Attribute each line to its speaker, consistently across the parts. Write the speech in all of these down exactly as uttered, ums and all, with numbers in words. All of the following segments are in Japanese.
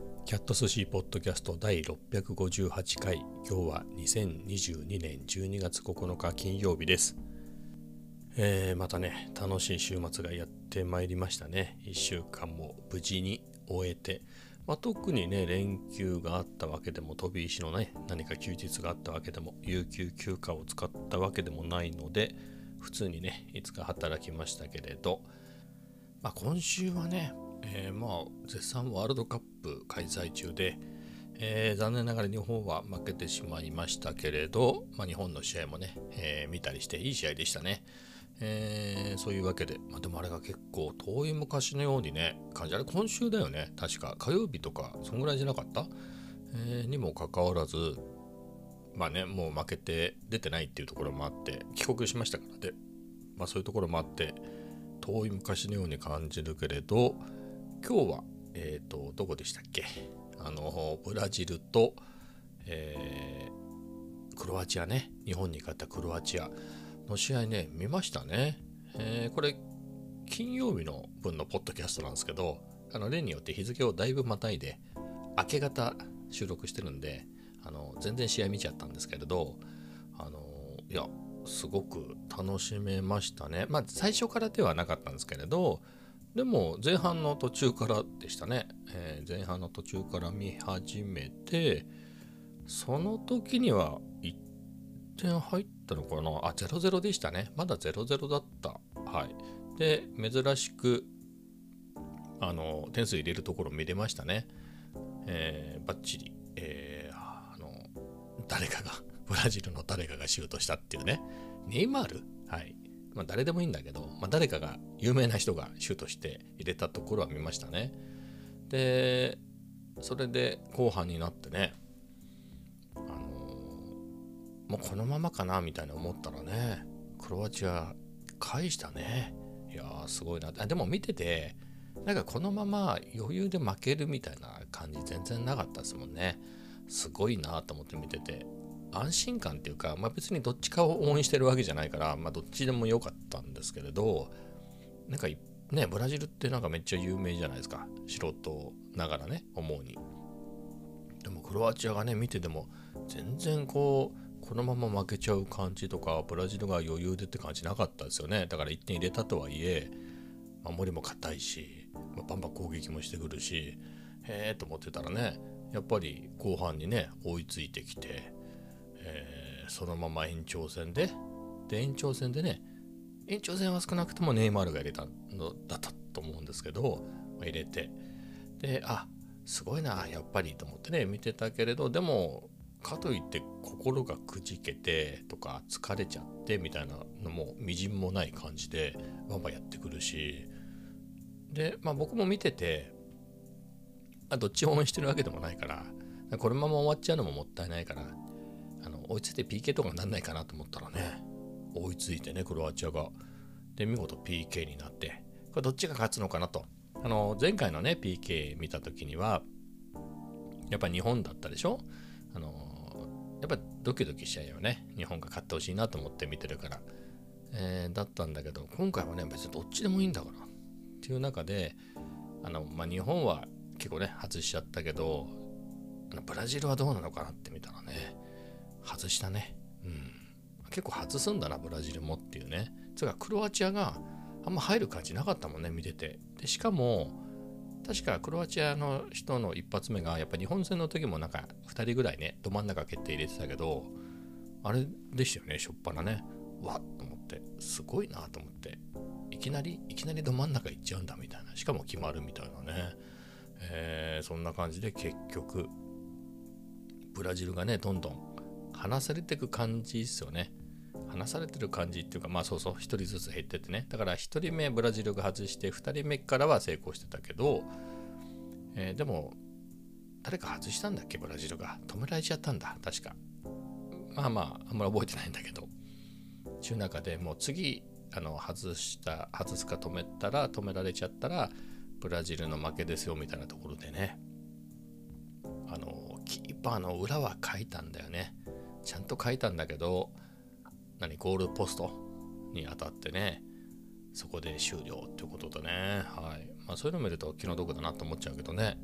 Speaker 1: キャット寿司ポッドキャスト第ろっぴゃくごじゅうはちかい、今日はにせんにじゅうにねんじゅうにがつここのか金曜日です。えー、またね、楽しい週末がやってまいりましたね。いっしゅうかんも無事に終えて、まあ、特にね、連休があったわけでも、飛び石のね、何か休日があったわけでも、有給休暇を使ったわけでもないので、普通にね、いつか働きましたけれど、まあ、今週はね、えー、まあ絶賛ワールドカップ開催中で、えー、残念ながら日本は負けてしまいましたけれど、まあ、日本の試合もね、えー、見たりしていい試合でしたね。えー、そういうわけで、まあ、でもあれが結構遠い昔のようにね感じ、あれ今週だよね、確か火曜日とかそんぐらいじゃなかった、えー、にもかかわらず、まあね、もう負けて出てないっていうところもあって、帰国しましたからで、まあそういうところもあって遠い昔のように感じるけれど、今日は、えーと、どこでしたっけ、あのブラジルと、えー、クロアチアね、日本に勝ったクロアチアの試合ね、見ましたね。えー、これ金曜日の分のポッドキャストなんですけど、あの例によって日付をだいぶまたいで明け方収録してるんで、あの全然試合見ちゃったんですけれど、あのいやすごく楽しめましたね。まあ最初からではなかったんですけれど、でも前半の途中からでしたね、えー、前半の途中から見始めて、その時にはいってん入ったのかなあ、ゼロゼロでしたね。まだゼロゼロだった。はい。で、珍しくあの点数入れるところ見れましたね。えー、バッチリ、えー、あの誰かがブラジルの誰かがシュートしたっていうね。ネイマール、はい、まあ、誰でもいいんだけど、まあ、誰かが有名な人がシュートして入れたところは見ましたね。でそれで後半になってね、あのー、もうこのままかなみたいな思ったらね、クロアチア返したね。いやーすごいな。あでも見ててなんかこのまま余裕で負けるみたいな感じ全然なかったですもんね。すごいなと思って見てて、安心感っていうか、まあ、別にどっちかを応援してるわけじゃないから、まあ、どっちでもよかったんですけれど、なんかね、ブラジルってなんかめっちゃ有名じゃないですか、素人ながらね思うに。でもクロアチアがね見てても全然こうこのまま負けちゃう感じとか、ブラジルが余裕でって感じなかったですよね。だからいってん入れたとはいえ守りも硬いし、まあ、バンバン攻撃もしてくるし、へえと思ってたらね、やっぱり後半にね追いついてきて、えー、そのまま延長戦でで延長戦でね、延長戦は少なくともネイマールが入れたのだったと思うんですけど、まあ、入れて、であすごいなやっぱりと思ってね見てたけれど、でもかといって心がくじけてとか疲れちゃってみたいなのもみじんもない感じでバンバンやってくるし、で、まあ、僕も見てて、まあ、どっちを応援してるわけでもないから、このまま終わっちゃうのももったいないから、あの追いついて ピーケー とかになんないかなと思ったらね、追いついてねクロアチアが、で見事 ピーケー になって、これどっちが勝つのかなと。あの前回のね ピーケー 見た時にはやっぱ日本だったでしょ。あのやっぱドキドキしちゃうよね、日本が勝ってほしいなと思って見てるから、えー、だったんだけど、今回はね別にどっちでもいいんだからっていう中で、あの、まあ、日本は結構ね外しちゃったけど、ブラジルはどうなのかなって見たらね外したね。うん、結構外すんだなブラジルもっていうね。つうかクロアチアがあんま入る感じなかったもんね見てて。でしかも確かクロアチアの人の一発目がやっぱ日本戦の時もなんかふたりぐらいねど真ん中決定入れてたけど、あれでしたよねしょっぱなね。わっと思って、すごいなと思って、いきなりいきなりど真ん中行っちゃうんだみたいな、しかも決まるみたいなね、えー、そんな感じで結局ブラジルがねどんどん離されていく感じですよね。離されてる感じっていうか、まあそうそうひとりずつ減ってってね、だからひとりめブラジルが外してふたりめからは成功してたけど、えー、でも誰か外したんだっけ、ブラジルが止められちゃったんだ確か。まあまああんまり覚えてないんだけど、中中でもう次あの外した外すか止めたら止められちゃったらブラジルの負けですよみたいなところでね、あのキーパーの裏は書いたんだよね、ちゃんと書いたんだけど、何ゴールポストに当たってね、そこで終了ってことだね。はい。まあそういうの見ると気の毒だなと思っちゃうけどね。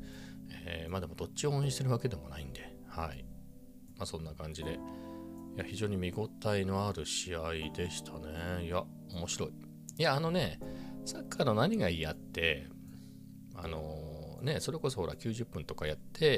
Speaker 1: えー、まあでもどっちを応援してるわけでもないんで、はい。まあそんな感じで、いや非常に見応えのある試合でしたね。いや、面白い。いや、あのね、サッカーの何が嫌って、あのー、ね、それこそほらきゅうじゅっぷんとかやって、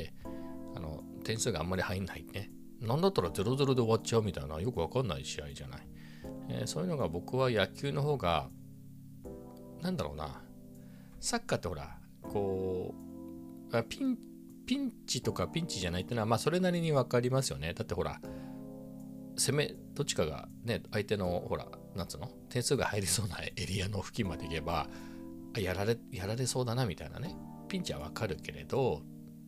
Speaker 1: あの、点数があんまり入んないね。なんだったらゼロゼロで終わっちゃうみたいな、よくわかんない試合じゃない。えー、そういうのが僕は野球の方が、なんだろうな、サッカーってほら、こう、ピン、ピンチとかピンチじゃないってのは、まあそれなりにわかりますよね。だってほら、攻め、どっちかがね、相手のほら、なんつうの点数が入りそうなエリアの付近まで行けば、やられ、やられそうだなみたいなね。ピンチはわかるけれど、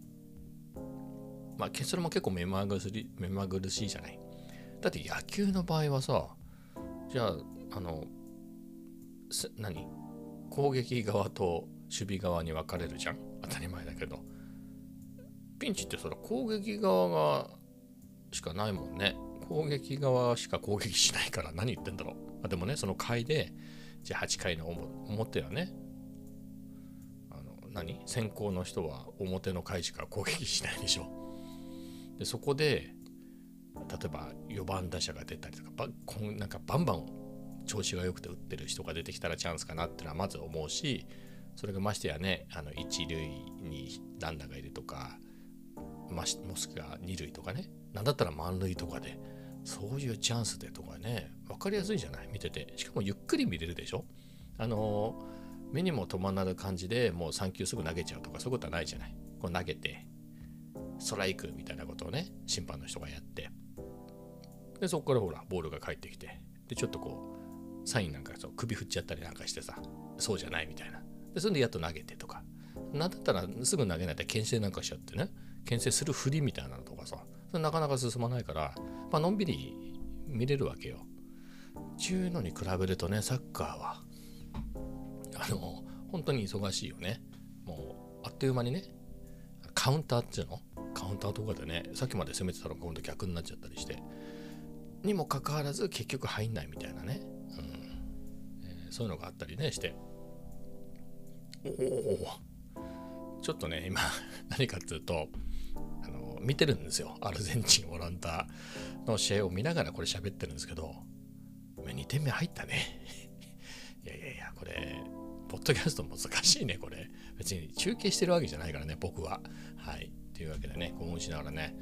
Speaker 1: まあ、それも結構目まぐるしい、目まぐるしいじゃない。だって野球の場合はさ、じゃあ、あの、何攻撃側と守備側に分かれるじゃん。当たり前だけど。ピンチってそれ攻撃側がしかないもんね。攻撃側しか攻撃しないから何言ってんだろう。あでもね、その回で、じゃあはちかいの表はね、あの何先行の人は表の回しか攻撃しないでしょ。でそこで例えばよばん打者が出たりとか、ばなんかバンバン調子が良くて打ってる人が出てきたらチャンスかなってのはまず思うし、それがましてやね、あの一塁にランナーがいるとか、もしくは二塁とかね、なんだったら満塁とかで、そういうチャンスでとかね、分かりやすいじゃない、見てて。しかもゆっくり見れるでしょ。あの目にも止まらない感じでもうさん球すぐ投げちゃうとか、そういうことはないじゃない。こう投げてストライクみたいなことをね、審判の人がやって、でそこからほらボールが返ってきて、でちょっとこうサインなんかそう首振っちゃったりなんかしてさ、そうじゃないみたいな。でそれでやっと投げてとか、なんだったらすぐ投げないで牽制なんかしちゃってね、牽制するふりみたいなのとかさ、それなかなか進まないから、まあのんびり見れるわけよ。ちゅうのに比べるとね、サッカーはあの本当に忙しいよね。もうあっという間にね、カウンターっていうのカウンターとかでね、さっきまで攻めてたのが今度逆になっちゃったりしてにもかかわらず結局入んないみたいなね、うんえー、そういうのがあったりねして、おおちょっとね今何かっていうと、あの見てるんですよ。アルゼンチンオランダの試合を見ながらこれ喋ってるんですけど、にてんめ入ったねいやいやいや、これポッドキャスト難しいね。これ別に中継してるわけじゃないからね、僕は。はいというわけでね、興奮しながらね、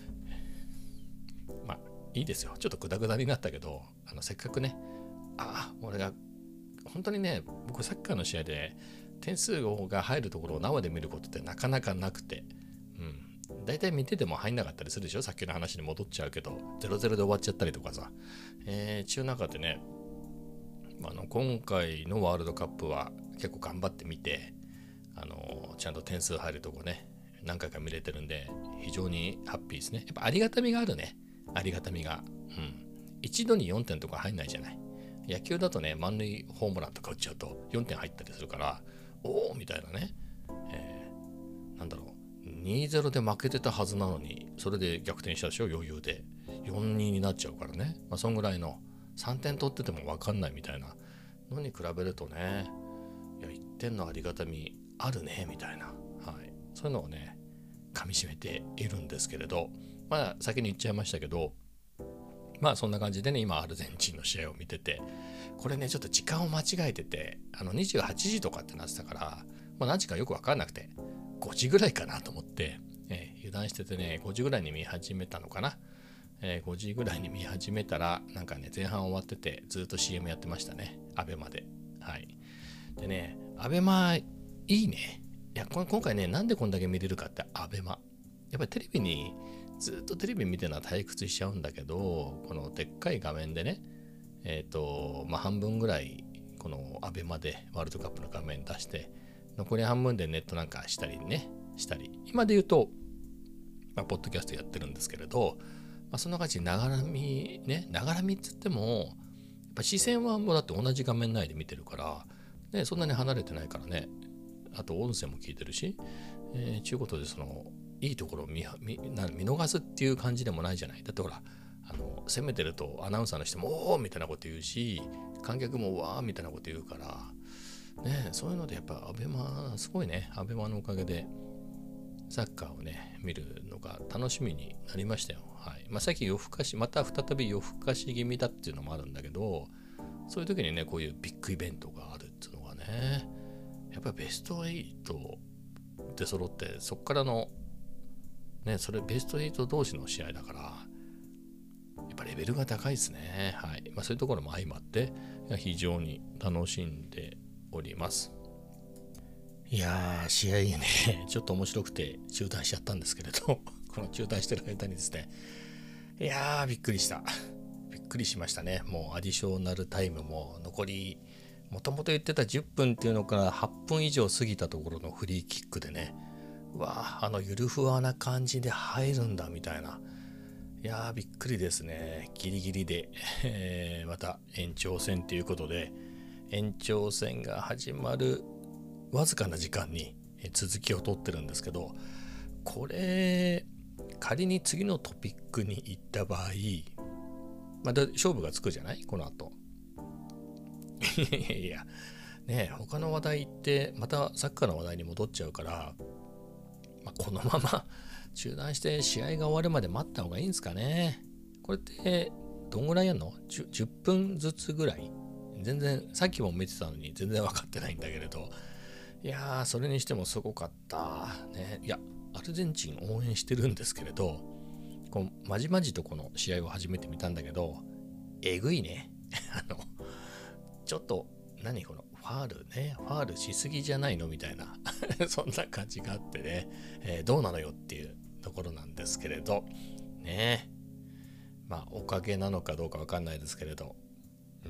Speaker 1: まあいいですよ。ちょっとグダグダになったけど、あのせっかくね、ああ俺が本当にね、僕サッカーの試合で点数が入るところを生で見ることってなかなかなくて、うん、だいたい見てても入んなかったりするでしょ。さっきの話に戻っちゃうけど、ゼロゼロで終わっちゃったりとかさ、えー、中中でね、あの今回のワールドカップは結構頑張ってみて、あのちゃんと点数入るとこね、何回か見れてるんで非常にハッピーですね。やっぱありがたみがあるね。ありがたみが、うん、一度によんてんとか入んないじゃない。野球だとね、満塁ホームランとか打っちゃうとよんてん入ったりするから、おおみたいなね、えー、なんだろう、にたいゼロで負けてたはずなのに、それで逆転したでしょ、余裕で。よんたいにになっちゃうからね、まあ、そんぐらいのさんてん取ってても分かんないみたいなのに比べるとね、いやいってんのありがたみあるねみたいな、はい、そういうのをね噛みしめているんですけれど、まあ先に言っちゃいましたけど、まあそんな感じでね、今アルゼンチンの試合を見てて、これねちょっと時間を間違えてて、あのにじゅうはちじとかってなってたから、まあ、何時かよく分かんなくてごじぐらいかなと思って、えー、油断しててね、ごじぐらいに見始めたのかな、えー、ごじぐらいに見始めたらなんかね前半終わってて、ずっと シーエム やってましたね、アベマで。はいでね、アベマいいね。いや今回ね、なんでこんだけ見れるかって、アベマやっぱりテレビにずっとテレビ見てるのは退屈しちゃうんだけど、このでっかい画面でね、えっとまあ半分ぐらいこのアベマでワールドカップの画面出して、残り半分でネットなんかしたりねしたり、今で言うとまあポッドキャストやってるんですけれど、まあ、そんな感じでながら見ね、ながら見っつってもやっぱ視線はもうだって同じ画面内で見てるからね、そんなに離れてないからね、あと音声も聞いてるし、えー、ちゅうことでそのいいところを 見, 見, 見逃すっていう感じでもないじゃない。だってほら、あの攻めてるとアナウンサーの人もおーみたいなこと言うし、観客もわーみたいなこと言うからね、そういうのでやっぱアベマすごいね。アベマのおかげでサッカーをね見るのが楽しみになりましたよ。はい。まあ、さっき夜更かしまた再び夜更かし気味だっていうのもあるんだけど、そういう時にねこういうビッグイベントがあるっていうのがね、やっぱりベストはちで揃って、そっからのねそれベストはち同士の試合だから、やっぱレベルが高いですね。はい。まあ、そういうところも相まって非常に楽しんでおります。いやー、試合ね、ちょっと面白くて中断しちゃったんですけれど、この中断してる間にですね、いやー、びっくりした。びっくりしましたね。もうアディショナルタイムも残り、もともと言ってたじゅっぷんっていうのからはっぷん以上過ぎたところのフリーキックでね、うわー、あのゆるふわな感じで入るんだみたいな。いやー、びっくりですね。ギリギリで、えー、また延長戦ということで、延長戦が始まるわずかな時間に続きを取ってるんですけど、これ仮に次のトピックに行った場合、まあ、勝負がつくじゃない、この後。いやいやねえ、他の話題ってまたサッカーの話題に戻っちゃうから、まあ、このまま中断して試合が終わるまで待った方がいいんですかね。これってどんぐらいやんの？ 10, じゅっぷんずつぐらい？全然さっきも見てたのに全然分かってないんだけれど、いやー、それにしてもすごかったね。いや、アルゼンチン応援してるんですけれど、こうまじまじとこの試合を初めて見たんだけど、えぐいね。あのちょっと何このファールね、ファールしすぎじゃないのみたいなそんな感じがあってね、えー、どうなのよっていうところなんですけれどね。まあおかげなのかどうかわかんないですけれど、うん、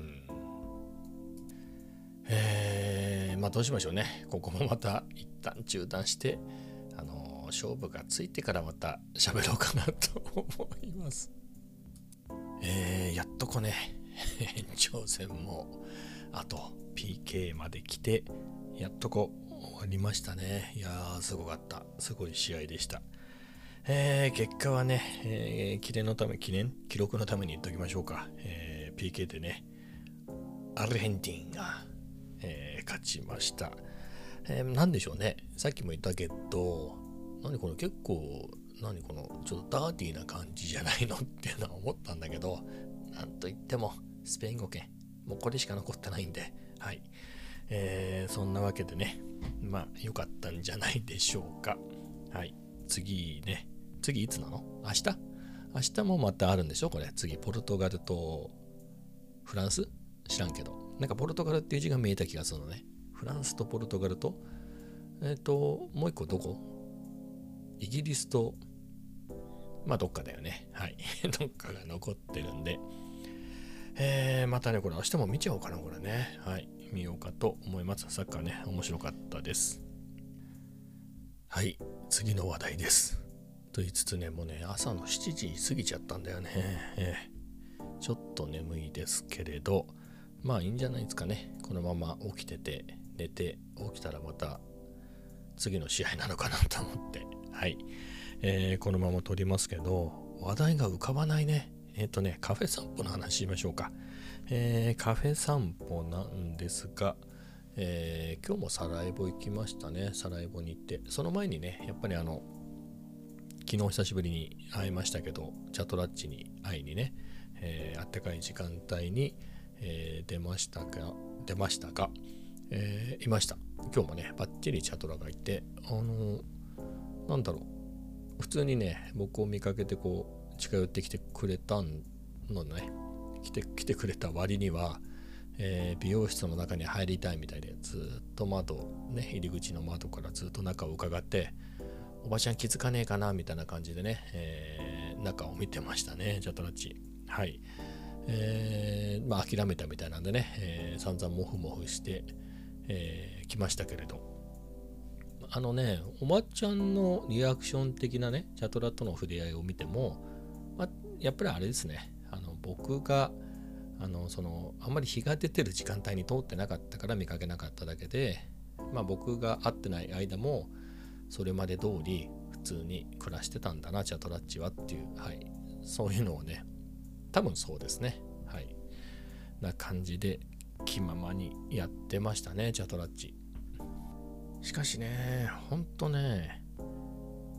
Speaker 1: えー、まあどうしましょうね。ここもまた一旦中断して、あのー、勝負がついてからまた喋ろうかなと思います。えー、やっとこね延長戦もあと ピーケー まで来て、やっとこ終わりましたね。いやー、すごかった。すごい試合でした。えー、結果はね、えー、記念のため、記念記録のために言っときましょうか。えー、ピーケー でね、アルゼンチンが、えー、勝ちました。えー、なんでしょうね。さっきも言ったけど、何この結構、何このちょっとダーティーな感じじゃないのっていうのは思ったんだけど、なんといってもスペイン語圏、もうこれしか残ってないんで、はい。えー、そんなわけでね、まあ良かったんじゃないでしょうか。はい。次ね、次いつなの？明日？明日もまたあるんでしょこれ。次、ポルトガルとフランス？知らんけど。なんかポルトガルっていう字が見えた気がするのね。フランスとポルトガルと、えっと、もう一個どこ？イギリスと、まあどっかだよね。はい。どっかが残ってるんで、えー、またね、これ明日も見ちゃおうかな、これね。はい。見ようかと思います。サッカーね、面白かったです。はい。次の話題です。と言いつつね、もうね、朝のしちじ過ぎちゃったんだよね。えー、ちょっと眠いですけれど、まあいいんじゃないですかね。このまま起きてて、寝て、起きたらまた次の試合なのかなと思って、はい。えー、このまま撮りますけど、話題が浮かばないね。えっとね、カフェ散歩の話しましょうか。えー、カフェ散歩なんですが、えー、今日もサラエボ行きましたね。サラエボに行って、その前にね、やっぱりあの、昨日久しぶりに会いましたけど、チャトラッチに会いにね、えー、あったかい時間帯に、えー、出ましたが、出ましたが、えー、いました。今日もね、バッチリチャトラがいて、あのー、なんだろう、普通にね、僕を見かけてこう、近寄ってきてくれたのね、来て、来てくれた割には、えー、美容室の中に入りたいみたいで、ずっと窓、ね、入り口の窓からずっと中を伺って、おばちゃん気づかねえかなみたいな感じでね、えー、中を見てましたね、チャトラッチ。はい。えー、まあ諦めたみたいなんでね、えー、散々モフモフして、えー、来ましたけれど、あのね、おばちゃんのリアクション的なね、チャトラとの触れ合いを見ても、まあ、やっぱりあれですね、あの僕があのそのあんまり日が出てる時間帯に通ってなかったから見かけなかっただけで、まあ、僕が会ってない間もそれまで通り普通に暮らしてたんだな、チャトラッチはっていう、はい、そういうのをね、多分そうですね、はい、な感じで気ままにやってましたね、チャトラッチ。しかしね、ほんとね、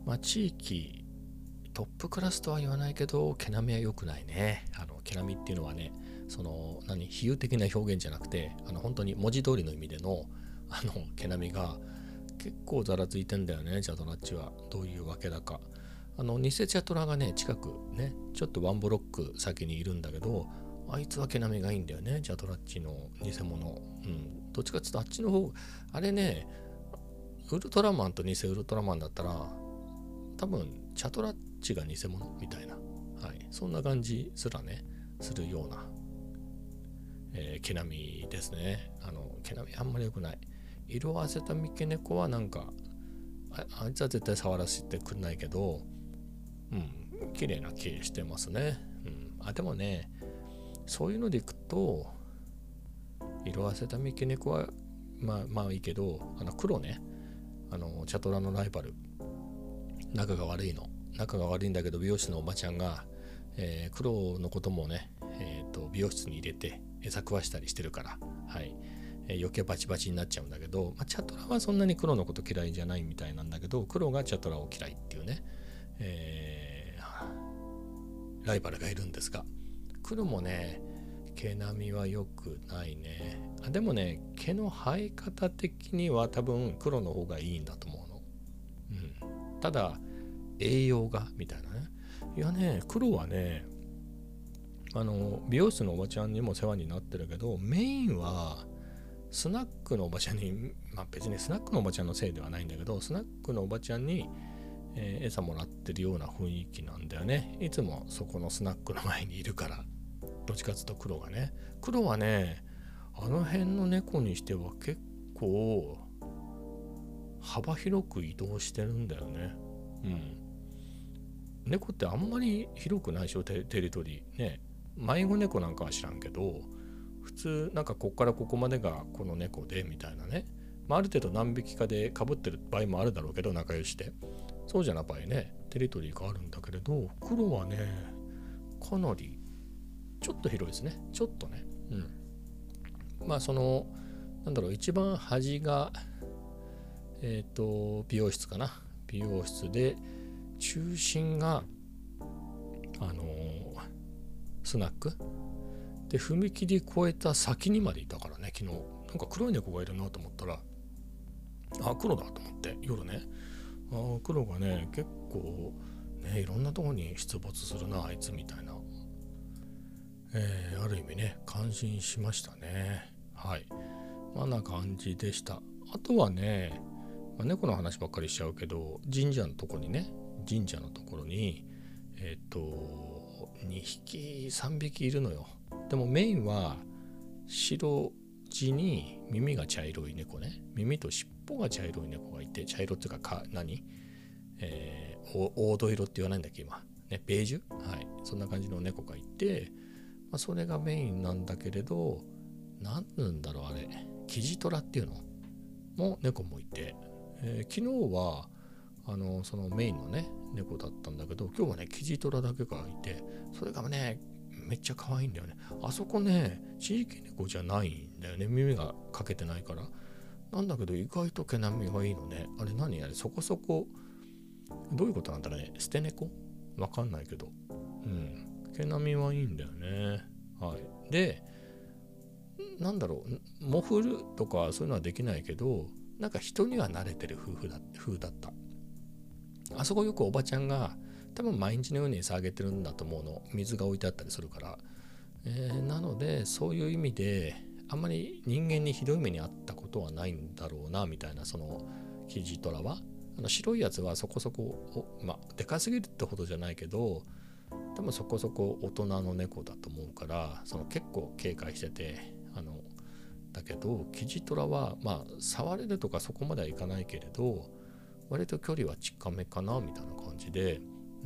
Speaker 1: まあ地域トップクラスとは言わないけど毛並みは良くないね。あの毛並みっていうのはね、その何比喩的な表現じゃなくて、あの本当に文字通りの意味でのあの毛並みが結構ざらついてんだよね、チャトラッチは。どういうわけだか。あの偽チャトラがね近くねちょっとワンブロック先にいるんだけど、あいつは毛並みがいいんだよね、チャトラッチの偽物。うん、どっちかっていうとあっちの方、あれね、ウルトラマンと偽ウルトラマンだったら多分チャトラッチが偽物みたいな、はい、そんな感じすらねするような、えー、毛並みですね。あの毛並みあんまり良くない。色あせた三毛猫はなんか あ, あいつは絶対触らせてくんないけど、うん綺麗な毛してますね。うん、あでもねそういうのでいくと色あせた三毛猫はまあまあいいけど、あの黒ね、あのチャトラのライバル、仲が悪いの仲が悪いんだけど美容室のおばちゃんが、えー、黒のこともね、えー、と美容室に入れて餌食わしたりしてるから、はいえー、余計バチバチになっちゃうんだけど、まあ、チャトラはそんなに黒のこと嫌いじゃないみたいなんだけど、黒がチャトラを嫌いっていうね、えー、ライバルがいるんですが、黒もね毛並みは良くないね。あでもね毛の生え方的には多分黒の方がいいんだと思うの。うん、ただ栄養がみたいなね。いやね黒はねあの美容室のおばちゃんにも世話になってるけど、メインはスナックのおばちゃんに、まあ別にスナックのおばちゃんのせいではないんだけど、スナックのおばちゃんに、えー、餌もらってるような雰囲気なんだよね。いつもそこのスナックの前にいるから。どっちかっていうと黒がね、黒はねあの辺の猫にしては結構幅広く移動してるんだよね。うん。猫ってあんまり広くないでしょ、テ, テリトリーね。迷子猫なんかは知らんけど、普通なんかこっからここまでがこの猫でみたいなね、まあ、ある程度何匹かで被ってる場合もあるだろうけど、仲良しでそうじゃな場合ねテリトリーがあるんだけれど、黒はねかなりちょっと広いですね。ちょっとね。うん。まあそのなんだろう、一番端がえっと美容室かな。美容室で中心があのー、スナックで、踏切越えた先にまでいたからね。昨日なんか黒い猫がいるなと思ったら、あ黒だと思って夜ね、あ黒がね結構ねいろんなとこに出没するなあいつみたいな、えー、ある意味ね感心しましたね。はい、まあな感じでした。あとはね、まあ、猫の話ばっかりしちゃうけど、神社のとこにね神社のところにえっ、ー、とにひきさんびきいるのよ。でもメインは白地に耳が茶色い猫ね、耳と尻尾が茶色い猫がいて、茶色っていうかか何、えー、黄土色って言わないんだっけ今ね、ベージュ、はい、そんな感じの猫がいて、まあ、それがメインなんだけれど、なんなんだろうあれ、キジトラっていうのも猫もいて、えー、昨日はあのそのメインのね猫だったんだけど、今日はねキジトラだけがいて、それがねめっちゃ可愛いんだよね。あそこね地域猫じゃないんだよね、耳がかけてないからなんだけど、意外と毛並みがいいのね。あれ何あれ、そこそこどういうことなんだろうね、捨て猫わかんないけど、うん毛並みはいいんだよね。はい。でなんだろう、モフルとかそういうのはできないけど、なんか人には慣れてる夫婦だ風だった。あそこよくおばちゃんが多分毎日のように餌あげてるんだと思うの。水が置いてあったりするから、えー、なのでそういう意味であんまり人間にひどい目に遭ったことはないんだろうなみたいな。そのキジトラはあの白いやつはそこそこまあでかすぎるってほどじゃないけど、多分そこそこ大人の猫だと思うから、その結構警戒してて、あのだけどキジトラはまあ触れるとかそこまではいかないけれど、割と距離は近めかなみたいな感じで、うん、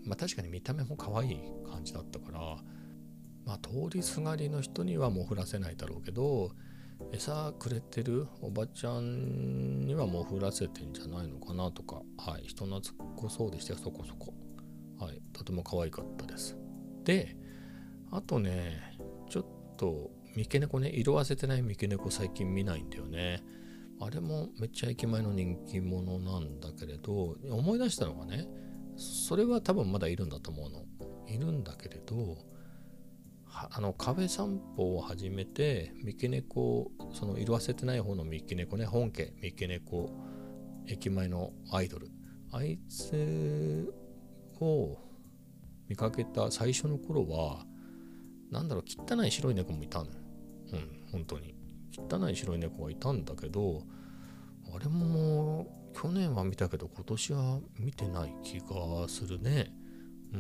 Speaker 1: まあ確かに見た目も可愛い感じだったから、まあ通りすがりの人にはもう降らせないだろうけど、餌くれてるおばちゃんにはもう降らせてんじゃないのかなとか、はい、人懐っこそうでしたよ、そこそこ。はい、とても可愛かったです。で、あとね、ちょっと三毛猫ね、色あせてない三毛猫最近見ないんだよね。 あれもめっちゃ駅前の人気者なんだけれど、思い出したのがね、それは多分まだいるんだと思うの。いるんだけれど、あのカフェ散歩を始めて、三毛猫、その色あせてない方の三毛猫ね、本家三毛猫、駅前のアイドル、あいつを見かけた最初の頃は、なんだろう、汚い白い猫もいたのよ。うん、本当に汚い白い猫がいたんだけど、あれも去年は見たけど今年は見てない気がするね。うん、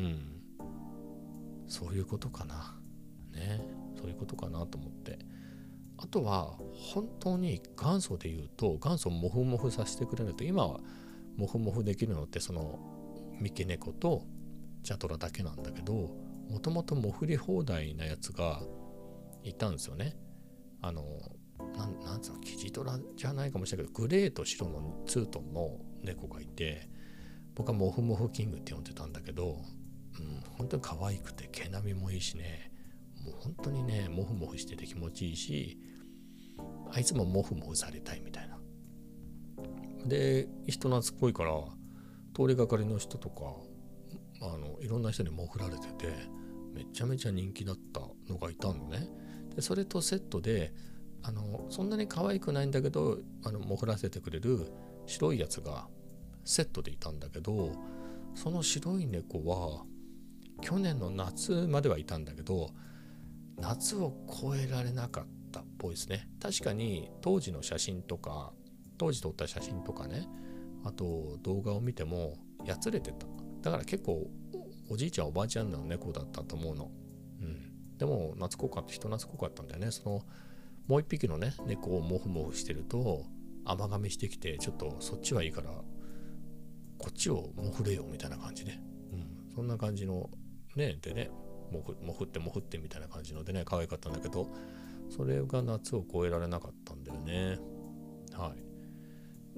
Speaker 1: そういうことかな。ね、そういうことかなと思って。あとは本当に元祖で言うと、元祖モフモフさせてくれると、今はモフモフできるのってその三毛猫とチャトラだけなんだけど、もともとモフり放題なやつがいたんですよね。あのなん、なんつうの、キジトラじゃないかもしれないけど、グレーと白のツートンの猫がいて、僕はモフモフキングって呼んでたんだけど、うん、本当に可愛くて毛並みもいいしね、もう本当にね、モフモフしてて気持ちいいし、あいつもモフモフされたいみたいな。で、人懐っこいから、通りがかりの人とか、あのいろんな人にモフられてて、めちゃめちゃ人気だったのがいたのね。で、それとセットで、あのそんなに可愛くないんだけど、あのモフらせてくれる白いやつがセットでいたんだけど、その白い猫は去年の夏まではいたんだけど、夏を超えられなかったっぽいですね。確かに当時の写真とか、当時撮った写真とかね、あと動画を見てもやつれてた。だから結構おじいちゃんおばあちゃんの猫だったと思うの。うん。でも懐っこかった、人懐っこかったんだよね。そのもう一匹のね、猫をモフモフしてると甘噛みしてきて、ちょっとそっちはいいからこっちをモフれよみたいな感じで、うん、そんな感じのね、でね、モフモフってモフってみたいな感じのでね、可愛かったんだけど、それが夏を越えられなかったんだよね。はい。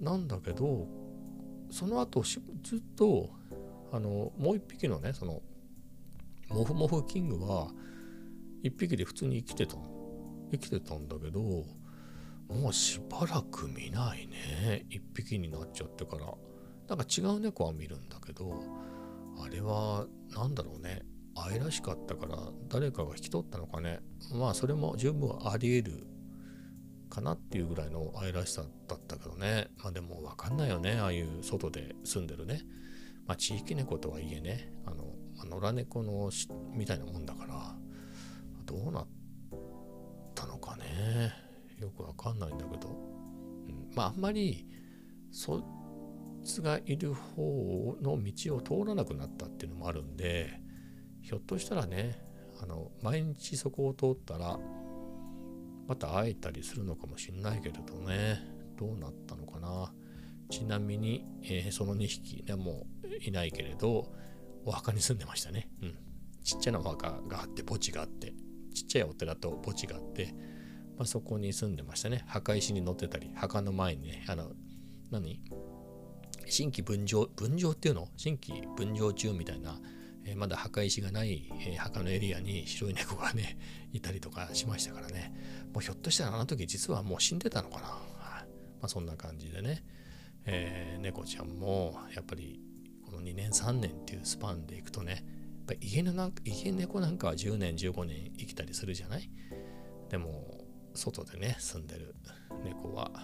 Speaker 1: なんだけど、その後ずっとあのもう一匹のね、そのモフモフキングは一匹で普通に生きてたの生きてたんだけど、もうしばらく見ないね。一匹になっちゃってから。なんか違う猫は見るんだけど、あれはなんだろうね、愛らしかったから誰かが引き取ったのかね。まあそれも十分あり得るかなっていうぐらいの愛らしさだったけどね。まあでも分かんないよね、ああいう外で住んでるね、まあ地域猫とはいえね、あの野良猫のみたいなもんだから、どうなったのかね、よく分かんないんだけど、うん、まああんまりそいつがいる方の道を通らなくなったっていうのもあるんで、ひょっとしたらね、あの毎日そこを通ったらまた会えたりするのかもしれないけれどね、どうなったのかな。ちなみに、えー、そのにひきね、もういないけれどお墓に住んでましたね。うん、ちっちゃなお墓があって、墓地があって、ちっちゃいお寺と墓地があって、まあ、そこに住んでましたね。墓石に乗ってたり、墓の前にね、あの何新規分譲分譲っていうの新規分譲中みたいな、えー、まだ墓石がない、えー、墓のエリアに白い猫がねいたりとかしましたからね。もうひょっとしたらあの時実はもう死んでたのかな。まあそんな感じでね、えー、猫ちゃんもやっぱりこのにねんさんねんっていうスパンでいくとね、やっぱり家のなんか家猫なんかはじゅうねんじゅうごねん生きたりするじゃない。でも外でね住んでる猫は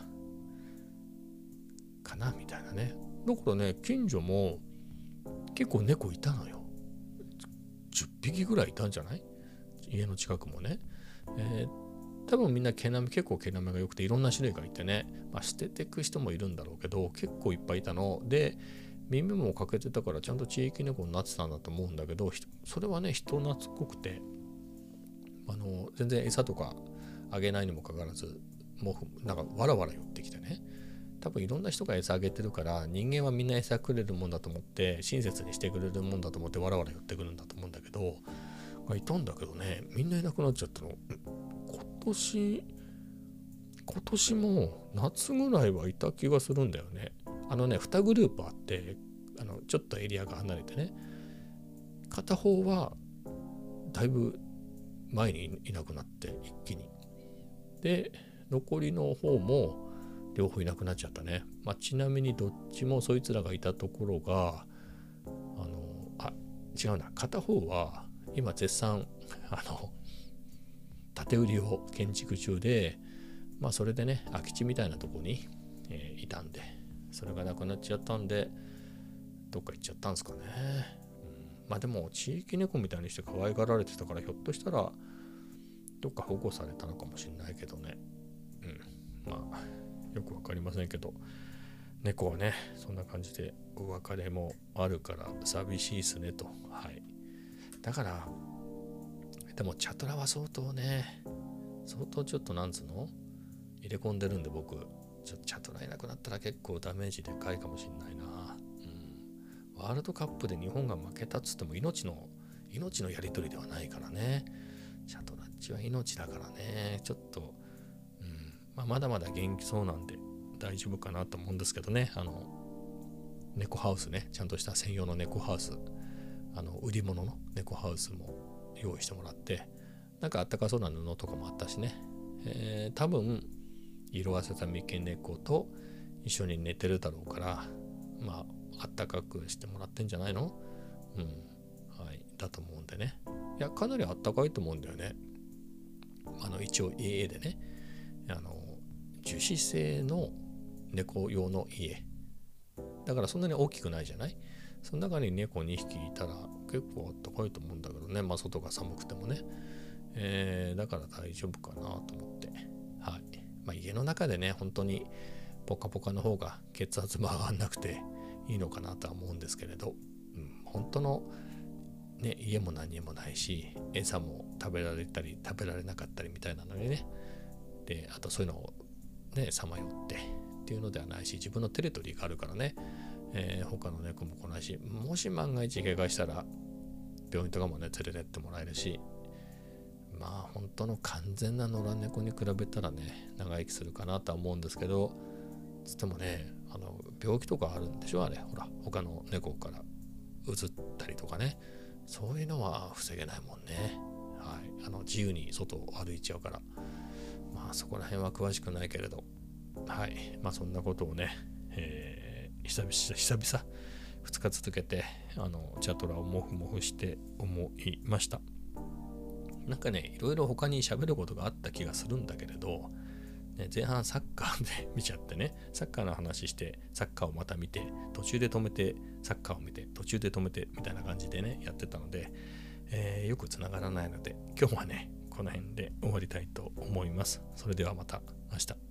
Speaker 1: かなみたいなね。だからね、近所も結構猫いたのよ。じゅっぴきぐらいいたんじゃない？家の近くもね。えー、多分みんな毛並み、結構毛並みが良くていろんな種類がいてね、まあ、捨ててく人もいるんだろうけど、結構いっぱいいたので、耳もかけてたからちゃんと地域猫になってたんだと思うんだけど、それはね、人懐っこくて、あの全然餌とかあげないにもかかわらず、もうなんかわらわら寄ってきてね、多分いろんな人が餌あげてるから、人間はみんな餌くれるもんだと思って、親切にしてくれるもんだと思ってわらわら寄ってくるんだと思うんだけど、いたんだけどね、みんないなくなっちゃったの。今年今年も夏ぐらいはいた気がするんだよね。あのね、にグループあって、あのちょっとエリアが離れてね、片方はだいぶ前にいなくなって一気に、で残りの方も両方いなくなっちゃったね。まあ、ちなみにどっちもそいつらがいたところが、あの、あ、違うな、片方は今絶賛、あの、建て売りを建築中で、まあそれでね、空き地みたいなとこに、えーいたんで、それがなくなっちゃったんで、どっか行っちゃったんですかね。うん、まあでも地域猫みたいにして可愛がられてたから、ひょっとしたらどっか保護されたのかもしれないけどね。うん、まあよくわかりませんけど、猫はねそんな感じでお別れもあるから寂しいですねと。はい。だからでもチャトラは相当ね、相当ちょっとなんつうの入れ込んでるんで、僕ちょっとチャトラいなくなったら結構ダメージでかいかもしんないな。うん、ワールドカップで日本が負けたっつっても命の命のやり取りではないからね。チャトラッチは命だからね。ちょっと、うんまあ、まだまだ元気そうなんで大丈夫かなと思うんですけどね。あの猫ハウスね、ちゃんとした専用の猫ハウス、あの売り物の猫ハウスも用意してもらって、なんかあったかそうな布とかもあったしね、えー、多分色あせた三毛猫と一緒に寝てるだろうから、まああったかくしてもらってんじゃないの。うん、はい、だと思うんでね。いやかなりあったかいと思うんだよね。あの一応家でね、あの樹脂製の猫用の家だからそんなに大きくないじゃない。その中に猫にひきいたら結構あったかいと思うんだけどね。まあ外が寒くてもね、えー、だから大丈夫かなと思って。はい。まあ家の中でね本当にポカポカの方が血圧も上がんなくていいのかなとは思うんですけれど、うん、本当のね家も何にもないし、餌も食べられたり食べられなかったりみたいなのにね、であとそういうのをねさまよってっていうのではないし、自分のテリトリーがあるからね、えー、他の猫も来ないし、もし万が一怪我したら病院とかもね連れてってもらえるし、まあ本当の完全な野良猫に比べたらね長生きするかなとは思うんですけど、つってもねあの病気とかあるんでしょあれ、ほら他の猫からうつったりとかね、そういうのは防げないもんね。はい、あの自由に外を歩いちゃうから、まあそこら辺は詳しくないけれど、はい、まあそんなことをね、えー、久々久々ふつか続けてあのチャトラをモフモフして思いました。なんかねいろいろ他に喋ることがあった気がするんだけれど、ね、前半サッカーで見ちゃってね、サッカーの話してサッカーをまた見て途中で止めてサッカーを見て途中で止めてみたいな感じでねやってたので、えー、よくつながらないので今日はねこの辺で終わりたいと思います。それではまた明日。